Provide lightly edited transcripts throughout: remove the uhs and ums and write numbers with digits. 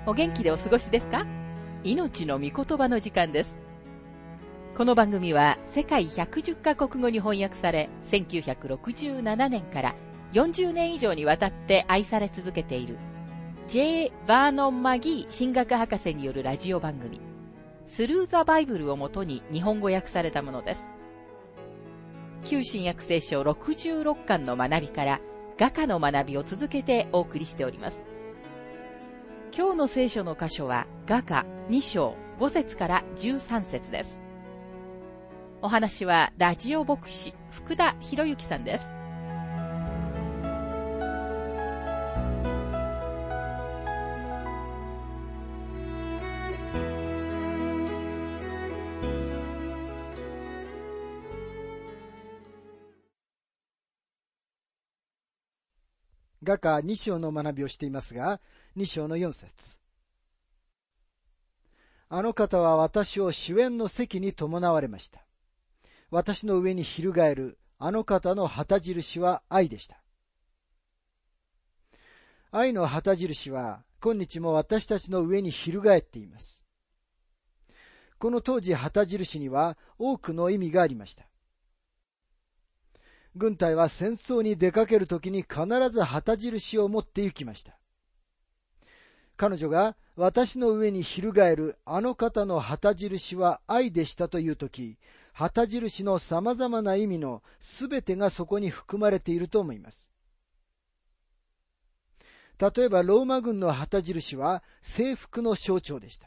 お元気でお過ごしですか？命の御言葉の時間です。この番組は世界110カ国語に翻訳され、1967年から40年以上にわたって愛され続けている J. バーノン・マギー神学博士によるラジオ番組スルー・ザ・バイブルをもとに日本語訳されたものです。旧新約聖書66巻の学びから雅歌の学びを続けてお送りしております。今日の聖書の箇所は雅歌2章5節から13節です。お話はラジオ牧師福田博之さんです。 雅歌2章の学びをしていますが、2章の4節。あの方は私を主演の席に伴われました。私の上に翻るあの方の旗印は愛でした。愛の旗印は今日も私たちの上に翻っています。この当時旗印には多くの意味がありました。軍隊は戦争に出かけるときに必ず旗印を持って行きました。彼女が私の上に翻るあの方の旗印は愛でしたというとき、旗印の様々な意味のすべてがそこに含まれていると思います。例えばローマ軍の旗印は征服の象徴でした。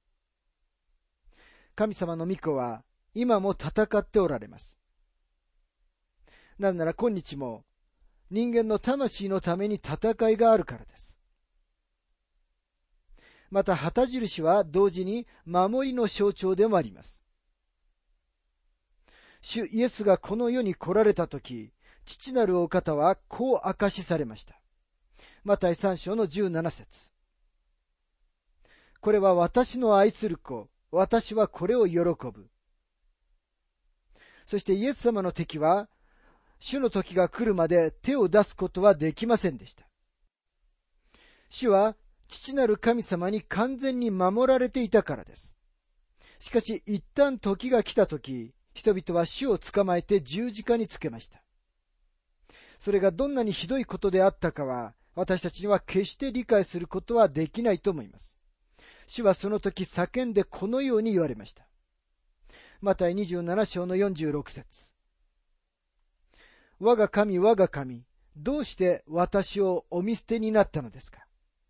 神様の御子は今も戦っておられます。なぜなら今日も人間の魂のために戦いがあるからです。また旗印は同時に守りの象徴でもあります。主イエスがこの世に来られたとき、父なるお方はこう証しされました。マタイ3章の17節。これは私の愛する子、私はこれを喜ぶ。そしてイエス様の敵は主の時が来るまで手を出すことはできませんでした。主は父なる神様に完全に守られていたからです。しかし一旦時が来た時、人々は主を捕まえて十字架につけました。それがどんなにひどいことであったかは、私たちには決して理解することはできないと思います。主はその時叫んでこのように言われました。マタイ27章の46節。我が神、我が神、どうして私をお見捨てになったのですか。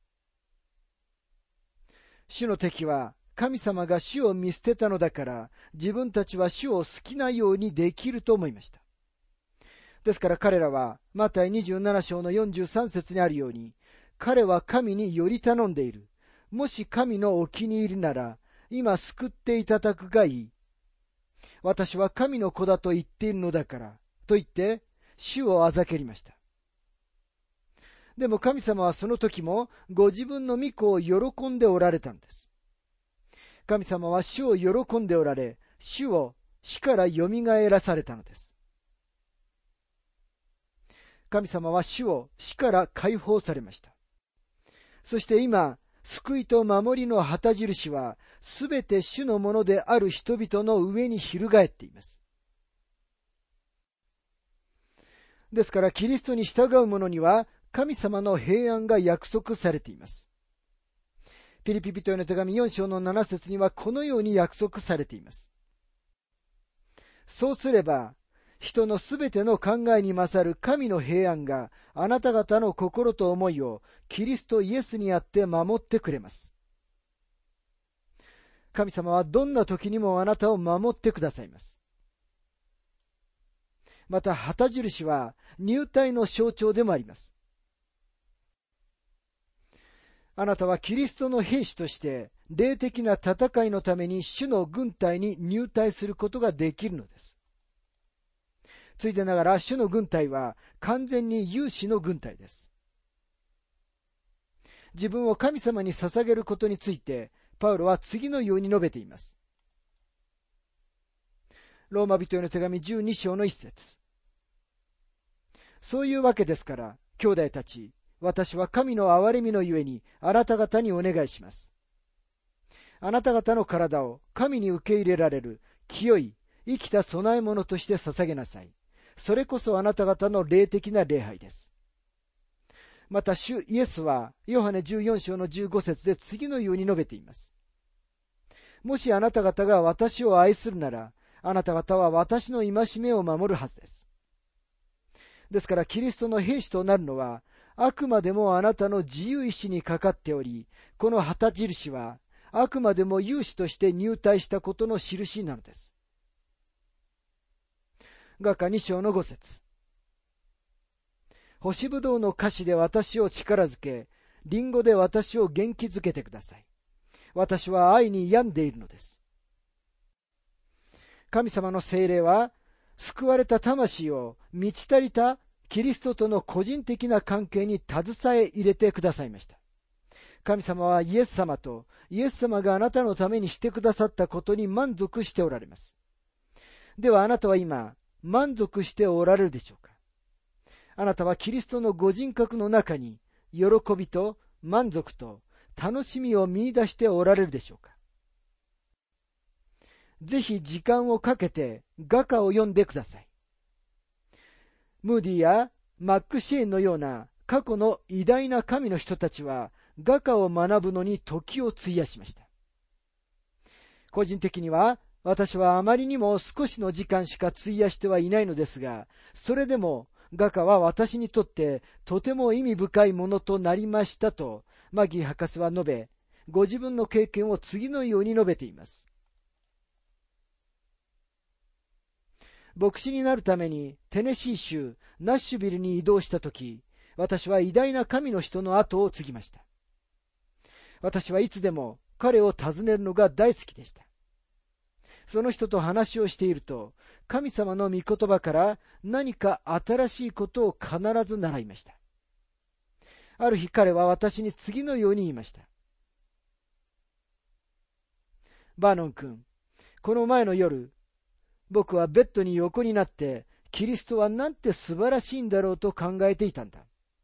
主の敵は神様が主を見捨てたのだから自分たちは主を好きなようにできると思いました。ですから彼らはマタイ27章の43節にあるように、彼は神により頼んでいる。もし神のお気に入りなら今救っていただくがいい。私は神の子だと言っているのだからと言って主をあざけりました。でも神様はその時もご自分の御子を喜んでおられたのです。神様は主を喜んでおられ、主を死からよみがえらされたのです。神様は主を死から解放されました。そして今、救いと守りの旗印はすべて主のものである人々の上に翻っています。ですからキリストに従う者には神様の平安が約束されています。ピリピ人への手紙4章の7節にはこのように約束されています。そうすれば人のすべての考えに勝る神の平安があなた方の心と思いをキリストイエスにあって守ってくれます。神様はどんな時にもあなたを守ってくださいます。また旗印は入隊の象徴でもあります。あなたはキリストの兵士として霊的な戦いのために主の軍隊に入隊することができるのです。ついでながら主の軍隊は完全に勇士の軍隊です。自分を神様に捧げることについてパウロは次のように述べています。ローマ人への手紙12章の1節。そういうわけですから、兄弟たち、 私は神の憐れみのゆえにあなた方にお願いします。あなた方の体を神に受け入れられる清い生きた供え物として捧げなさい。それこそあなた方の霊的な礼拝です。また主イエスはヨハネ14章の15節で次のように述べています。もしあなた方が私を愛するなら、あなた方は私の戒めを守るはずです。ですからキリストの兵士となるのは、あくまでもあなたの自由意志にかかっており、この旗印はあくまでも勇士として入隊したことの印なのです。雅歌2章の5節。干しぶどうの菓子で私を力づけ、リンゴで私を元気づけてください。私は愛に病んでいるのです。神様の聖霊は、救われた魂を満ち足りたキリストとの個人的な関係に携え入れてくださいました。神様はイエス様とイエス様があなたのためにしてくださったことに満足しておられます。ではあなたは今、満足しておられるでしょうか。あなたはキリストのご人格の中に喜びと満足と楽しみを見出しておられるでしょうか。ぜひ時間をかけて雅歌を読んでください。ムーディやマックシェーンのような過去の偉大な神の人たちは雅歌を学ぶのに時を費やしました。個人的には私はあまりにも少しの時間しか費やしてはいないのですが、それでも雅歌は私にとってとても意味深いものとなりましたとマギー博士は述べ、ご自分の経験を次のように述べています。牧師になるためにテネシー州ナッシュビルに移動したとき、私は偉大な神の人の後を継ぎました。私はいつでも彼を訪ねるのが大好きでした。その人と話をしていると、神様の御言葉から何か新しいことを必ず習いました。ある日彼は私に次のように言いました。バーノン君、この前の夜、僕はベッドに横になって、キリストはなんて素晴らしいんだろうと考えていたんだ。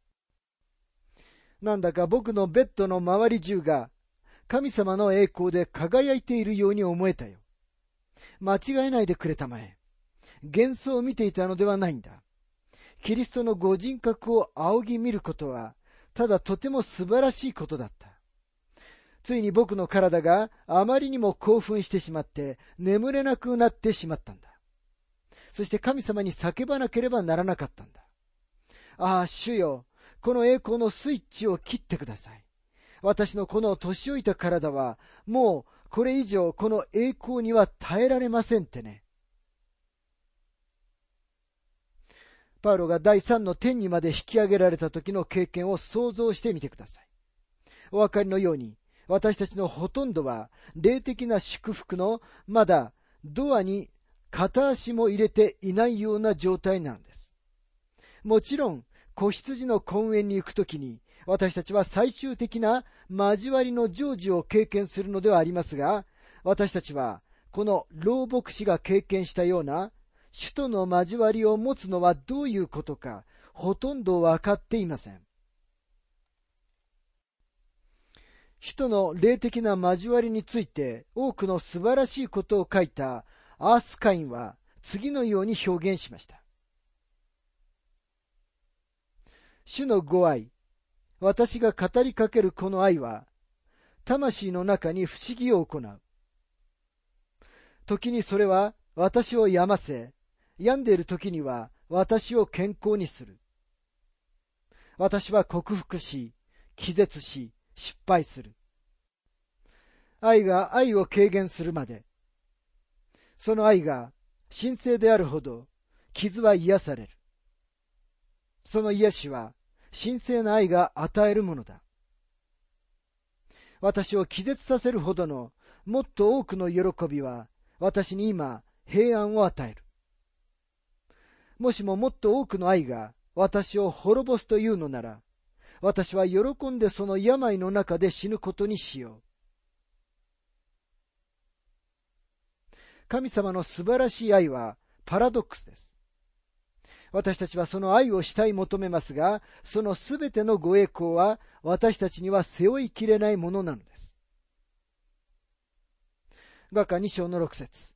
なんだか僕のベッドの周り中が神様の栄光で輝いているように思えたよ。間違えないでくれたまえ。幻想を見ていたのではないんだ。キリストのご人格を仰ぎ見ることは、ただとても素晴らしいことだった。ついに僕の体があまりにも興奮してしまって眠れなくなってしまったんだ。そして神様に叫ばなければならなかったんだ。ああ、主よ、この栄光のスイッチを切ってください。私のこの年老いた体はもうこれ以上この栄光には耐えられませんってね。パウロが第三の天にまで引き上げられた時の経験を想像してみてください。お分かりのように、私たちのほとんどは霊的な祝福のまだドアに片足も入れていないような状態なのです。もちろん子羊の婚宴に行くときに私たちは最終的な交わりの成就を経験するのではありますが、私たちはこの老牧師が経験したような主との交わりを持つのはどういうことかほとんど分かっていません。主との霊的な交わりについて多くの素晴らしいことを書いたアースカインは次のように表現しました。主のご愛、私が語りかけるこの愛は魂の中に不思議を行う。時にそれは私を病ませ、病んでいる時には私を健康にする。私は克服し、気絶し、失敗する。愛が愛を軽減するまで。その愛が神聖であるほど傷は癒される。その癒しは神聖な愛が与えるものだ。私を気絶させるほどのもっと多くの喜びは私に今平安を与える。もしももっと多くの愛が私を滅ぼすというのなら、私は喜んでその病の中で死ぬことにしよう。神様の素晴らしい愛はパラドックスです。 私たちはその愛を慕い求めますが、そのすべてのご栄光は私たちには背負いきれないものなのです。雅歌2章の6節。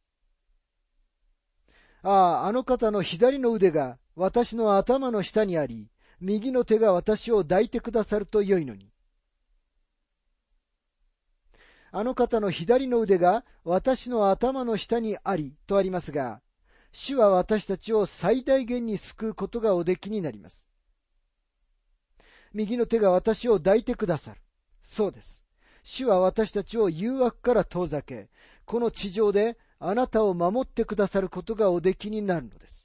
あの方の左の腕が私の頭の下にあり、右の手が私を抱いてくださると良いのに。あの方の左の腕が私の頭の下にありとありますが、主は私たちを最大限に救うことがおできになります。右の手が私を抱いてくださる。そうです。主は私たちを誘惑から遠ざけ、この地上であなたを守ってくださることがおできになるのです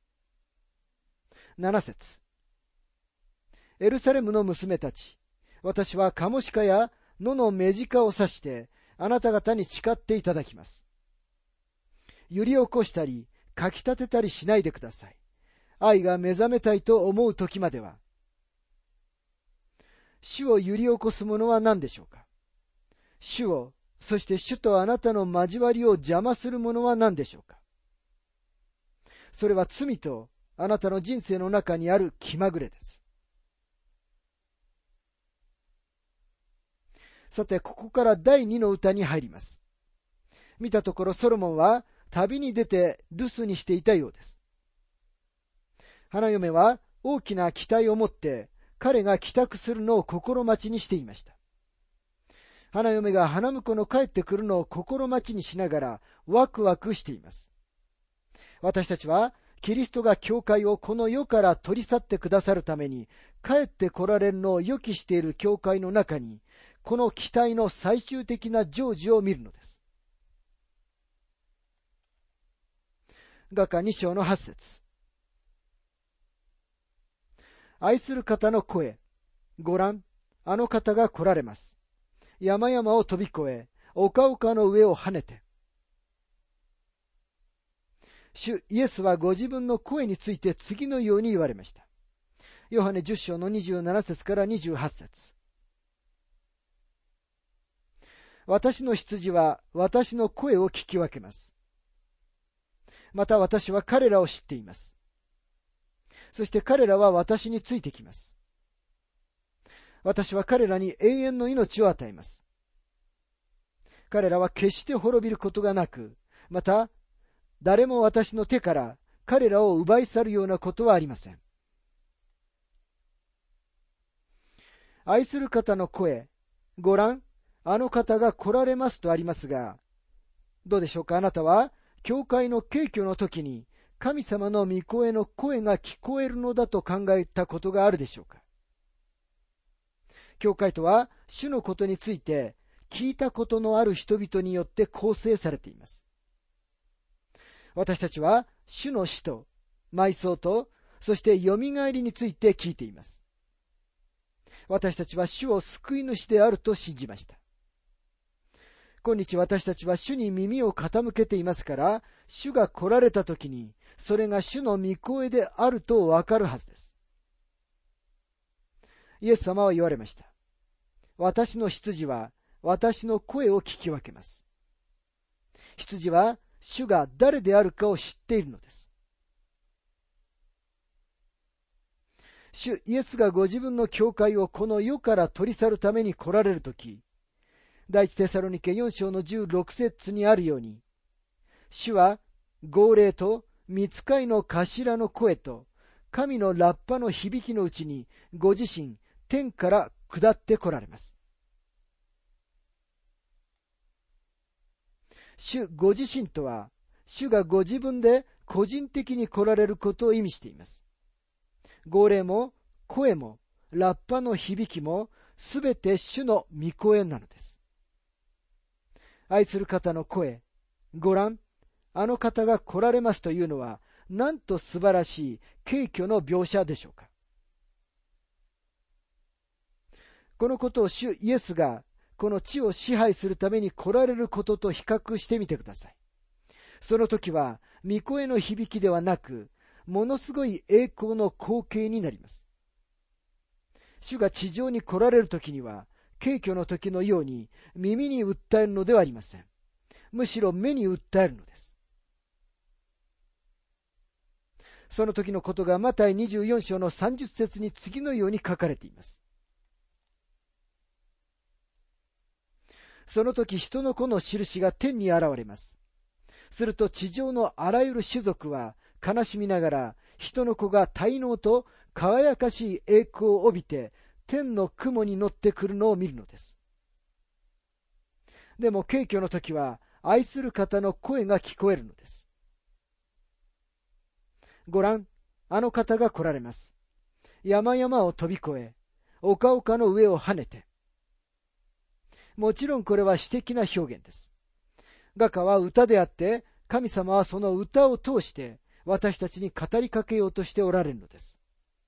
。7節。エルサレムの娘たち、私はカモシカや野の目近を刺してあなた方に誓っていただきます。揺り起こしたりかき立てたりしないでください。愛が目覚めたいと思う時までは。主を揺り起こすものは何でしょうか。主を、そして主とあなたの交わりを邪魔するものは何でしょうか。それは罪とあなたの人生の中にある気まぐれです。さて、ここから第2の歌に入ります。見たところソロモンは旅に出て留守にしていたようです。花嫁は大きな期待を持って彼が帰宅するのを心待ちにしていました。花嫁が花婿の帰ってくるのを心待ちにしながらワクワクしています。私たちはキリストが教会をこの世から取り去ってくださるために帰って来られるのを予期している教会の中に、この期待の最終的な成就を見るのです。雅歌2章の8節。愛する方の声、ご覧、あの方が来られます。山々を飛び越え、丘々の上を跳ねて。主イエスはご自分の声について次のように言われました。ヨハネ10章の27節から28節。私の羊は私の声を聞き分けます。また私は彼らを知っています。そして彼らは私についてきます。私は彼らに永遠の命を与えます。彼らは決して滅びることがなく、また誰も私の手から彼らを奪い去るようなことはありません。愛する方の声、ご覧、あの方が来られますとありますが、どうでしょうか。あなたは教会の景挙の時に神様の御声の声が聞こえるのだと考えたことがあるでしょうか。教会とは主のことについて聞いたことのある人々によって構成されています。私たちは主の死と埋葬と、そしてよみがえりについて聞いています。私たちは主を救い主であると信じました。今日私たちは主に耳を傾けていますから、主が来られた時にそれが主の御声であるとわかるはずです。イエス様は言われました。私の羊は私の声を聞き分けます。羊は主が誰であるかを知っているのです。主イエスがご自分の教会をこの世から取り去るために来られるとき、第一テサロニケ4章の16節にあるように、主は号令と御使いの頭の声と神のラッパの響きのうちにご自身天から下って来られます。主ご自身とは、主がご自分で個人的に来られることを意味しています。号令も声もラッパの響きもすべて主の御声なのです。愛する方の声、ご覧、あの方が来られますというのは、なんと素晴らしい景挙の描写でしょうか。このことを主イエスがこの地を支配するために来られることと比較してみてください。その時は御声の響きではなく、ものすごい栄光の光景になります。主が地上に来られる時には、景挙の時のように耳に訴えるのではありません。むしろ目に訴えるのです。 その時のことがマタイ24章の30節に次のように書かれています。その時人の子の印が天に現れます。すると地上のあらゆる種族は悲しみながら、人の子が大能と輝かしい栄光を帯びて天の雲に乗ってくるのを見るのです。でも景況の時は愛する方の声が聞こえるのです。ご覧、あの方が来られます。山々を飛び越え、丘々の上を跳ねて。もちろんこれは詩的な表現です。画家は歌であって、神様はその歌を通して私たちに語りかけようとしておられるのです。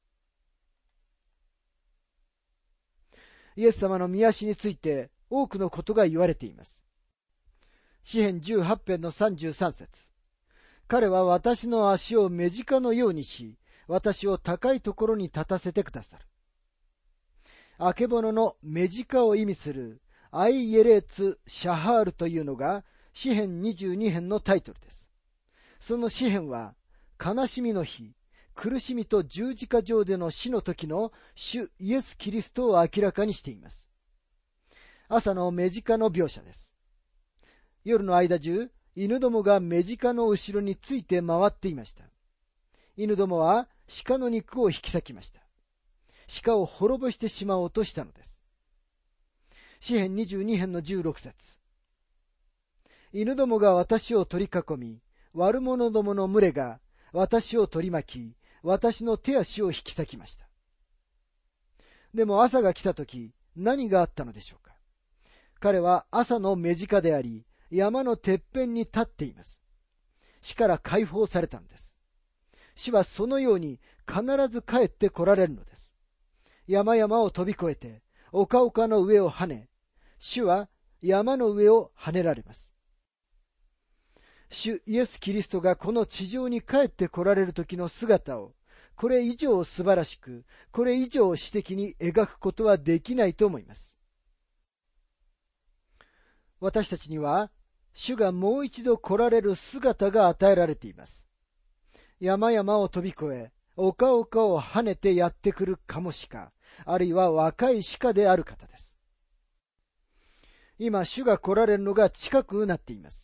イエス様の御足について多くのことが言われています。詩編18編の33節。彼は私の足を目近のようにし、私を高いところに立たせてくださる。あけぼのの目近を意味するアイエレツ・シャハールというのが詩編22編のタイトルです。その詩編は悲しみの日、苦しみと十字架上での死の時の主イエス・キリストを明らかにしています。朝の目近の描写です。夜の間中、犬どもが目近の後ろについて回っていました。犬どもは鹿の肉を引き裂きました。鹿を滅ぼしてしまおうとしたのです。詩編22編の16節。犬どもが私を取り囲み、悪者どもの群れが私を取り巻き、私の手足を引き裂きました。でも朝が来たとき、何があったのでしょうか。彼は朝の目近であり、山のてっぺんに立っています。死から解放されたのです。死はそのように必ず帰って来られるのです。山々を飛び越えて、丘々の上を跳ね、主は山の上を跳ねられます。主イエス・キリストがこの地上に帰って来られる時の姿を、これ以上素晴らしく、これ以上詩的に描くことはできないと思います。私たちには、主がもう一度来られる姿が与えられています。山々を飛び越え、丘々を跳ねてやってくるカモシカ、あるいは若い鹿である方です。今、主が来られるのが近くなっています。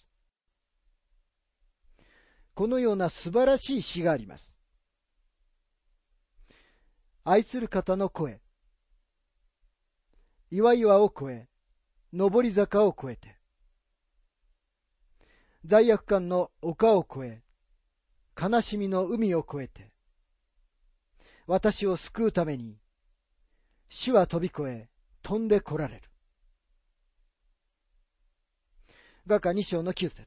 このような素晴らしい詩があります。愛する方の声。岩々を越え、上り坂を越えて。罪悪感の丘を越え、悲しみの海を越えて。私を救うために、主は飛び越え、飛んで来られる。画家2章の9節。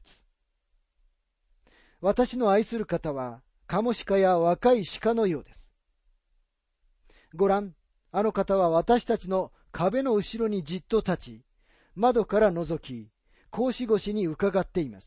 私の愛する方は、カモシカや若い鹿のようです。ご覧、あの方は私たちの壁の後ろにじっと立ち、窓から覗き、格子越しに伺っています。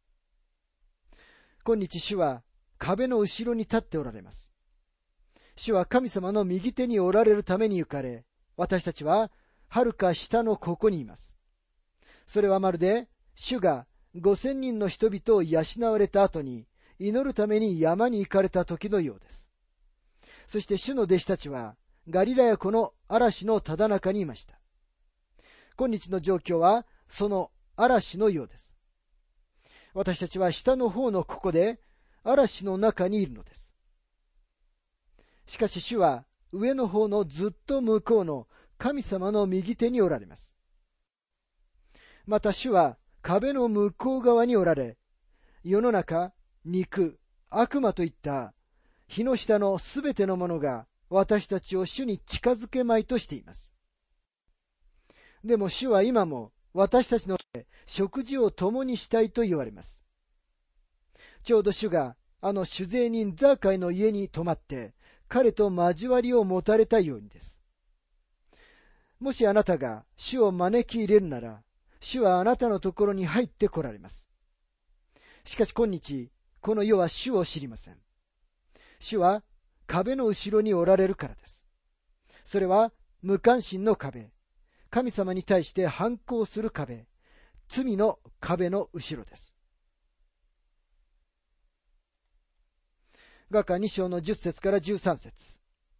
今日主は壁の後ろに立っておられます。主は神様の右手におられるために行かれ、私たちは遥か下のここにいます。それはまるで主が5000人の人々を養われた後に祈るために山に行かれた時のようです。そして主の弟子たちはガリラヤ湖の嵐のただ中にいました。今日の状況はその嵐のようです。私たちは下の方のここで嵐の中にいるのです。しかし主は上の方のずっと向こうの神様の右手におられます。また主は壁の向こう側におられ、世の中、肉、悪魔といった日の下のすべてのものが私たちを主に近づけまいとしています。でも主は今も私たちの食事を共にしたいと言われます。ちょうど主があの酒税人ザーカイの家に泊まって彼と交わりを持たれたようにです。もしあなたが主を招き入れるなら、主はあなたのところに入って来られます。しかし今日、この世は主を知りません。主は壁の後ろにおられるからです。それは無関心の壁、神様に対して反抗する壁、罪の壁の後ろです。 雅歌2章の10節から13節。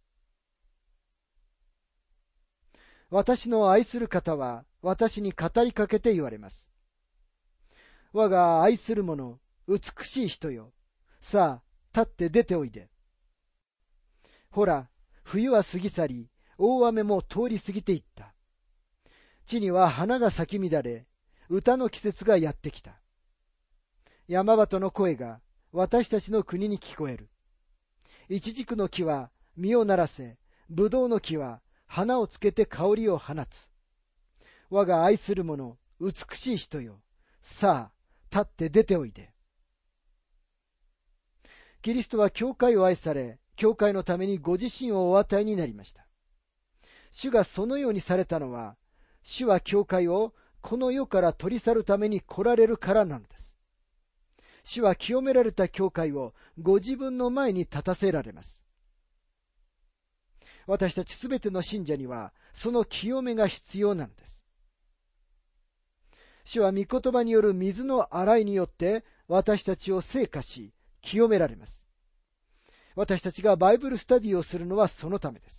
私の愛する方は私に語りかけて言われます。我が愛する者、美しい人よ。さあ、立って出ておいで。ほら、冬は過ぎ去り、大雨も通り過ぎていった。地には花が咲き乱れ、歌の季節がやってきた。山鳩の声が私たちの国に聞こえる。イチジクの木は実をならせ、ブドウの木は花をつけて香りを放つ。我が愛する者、美しい人よ。さあ、立って出ておいで。キリストは教会を愛され、教会のためにご自身をお与えになりました。主がそのようにされたのは、主は教会をこの世から取り去るために来られるからなのです。主は清められた教会をご自分の前に立たせられます。私たちすべての信者には、その清めが必要なのです。主は御言葉による水の洗いによって、私たちを聖化し、清められます。私たちがバイブルスタディをするのはそのためです。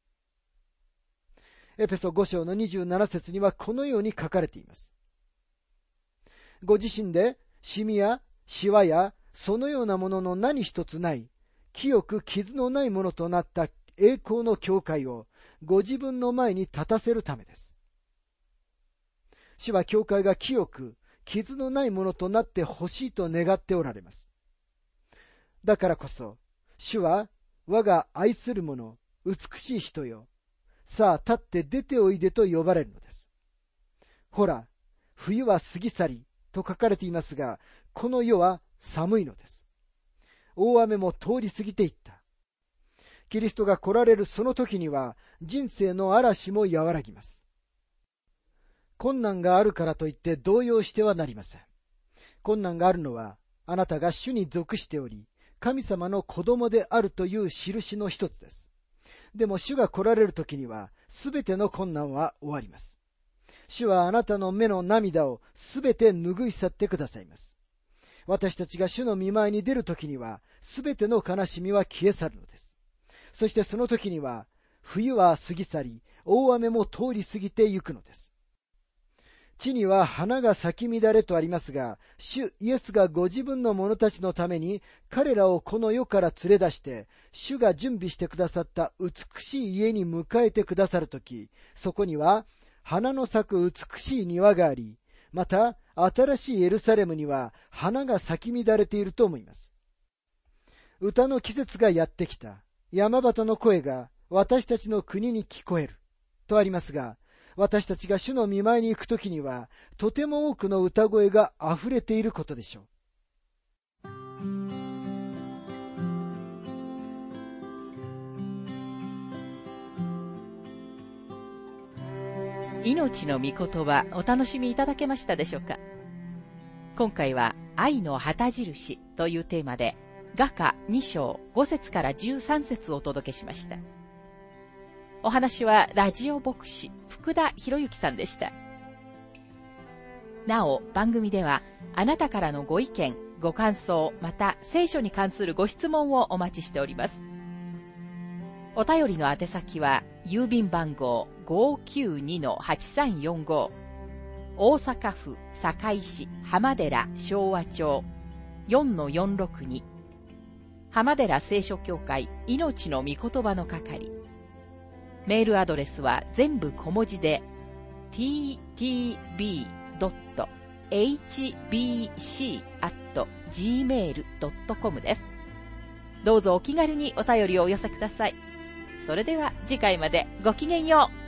エペソ5章の27節にはこのように書かれています。ご自身でシミやシワやそのようなものの何一つない、清く傷のないものとなった栄光の教会をご自分の前に立たせるためです。主は教会が清く傷のないものとなってほしいと願っておられます。だからこそ、主は我が愛する者、美しい人よ。さあ立って出ておいでと呼ばれるのです。ほら、冬は過ぎ去りと書かれていますが、この世は寒いのです。大雨も通り過ぎていった。キリストが来られるその時には、人生の嵐も和らぎます。困難があるからといって動揺してはなりません。困難があるのは、あなたが主に属しており、神様の子供であるという印の一つです。でも主が来られる時には、すべての困難は終わります。主はあなたの目の涙をすべて拭い去ってくださいます。私たちが主の御前に出る時には、すべての悲しみは消え去るのです。そしてその時には、冬は過ぎ去り、大雨も通り過ぎてゆくのです。地には花が咲き乱れとありますが、主イエスがご自分の者たちのために彼らをこの世から連れ出して、主が準備してくださった美しい家に迎えてくださるとき、そこには花の咲く美しい庭があり、また新しいエルサレムには花が咲き乱れていると思います。歌の季節がやってきた。山鳩の声が私たちの国に聞こえるとありますが、私たちが主の御前に行くときには、とても多くの歌声があふれていることでしょう。 命の御言葉、お楽しみいただけましたでしょうか。今回は愛の旗印というテーマで、雅歌2章5節から13節をお届けしました。お話はラジオ牧師福田博之さんでした。なお、番組ではあなたからのご意見、ご感想、また聖書に関するご質問をお待ちしております。お便りの宛先は郵便番号 592-8345 大阪府堺市浜寺昭和町 4-462 浜寺聖書協会命の御言葉の係。メールアドレスは全部小文字で ttb.hbc@gmail.com です。どうぞお気軽にお便りをお寄せください。それでは次回までごきげんよう。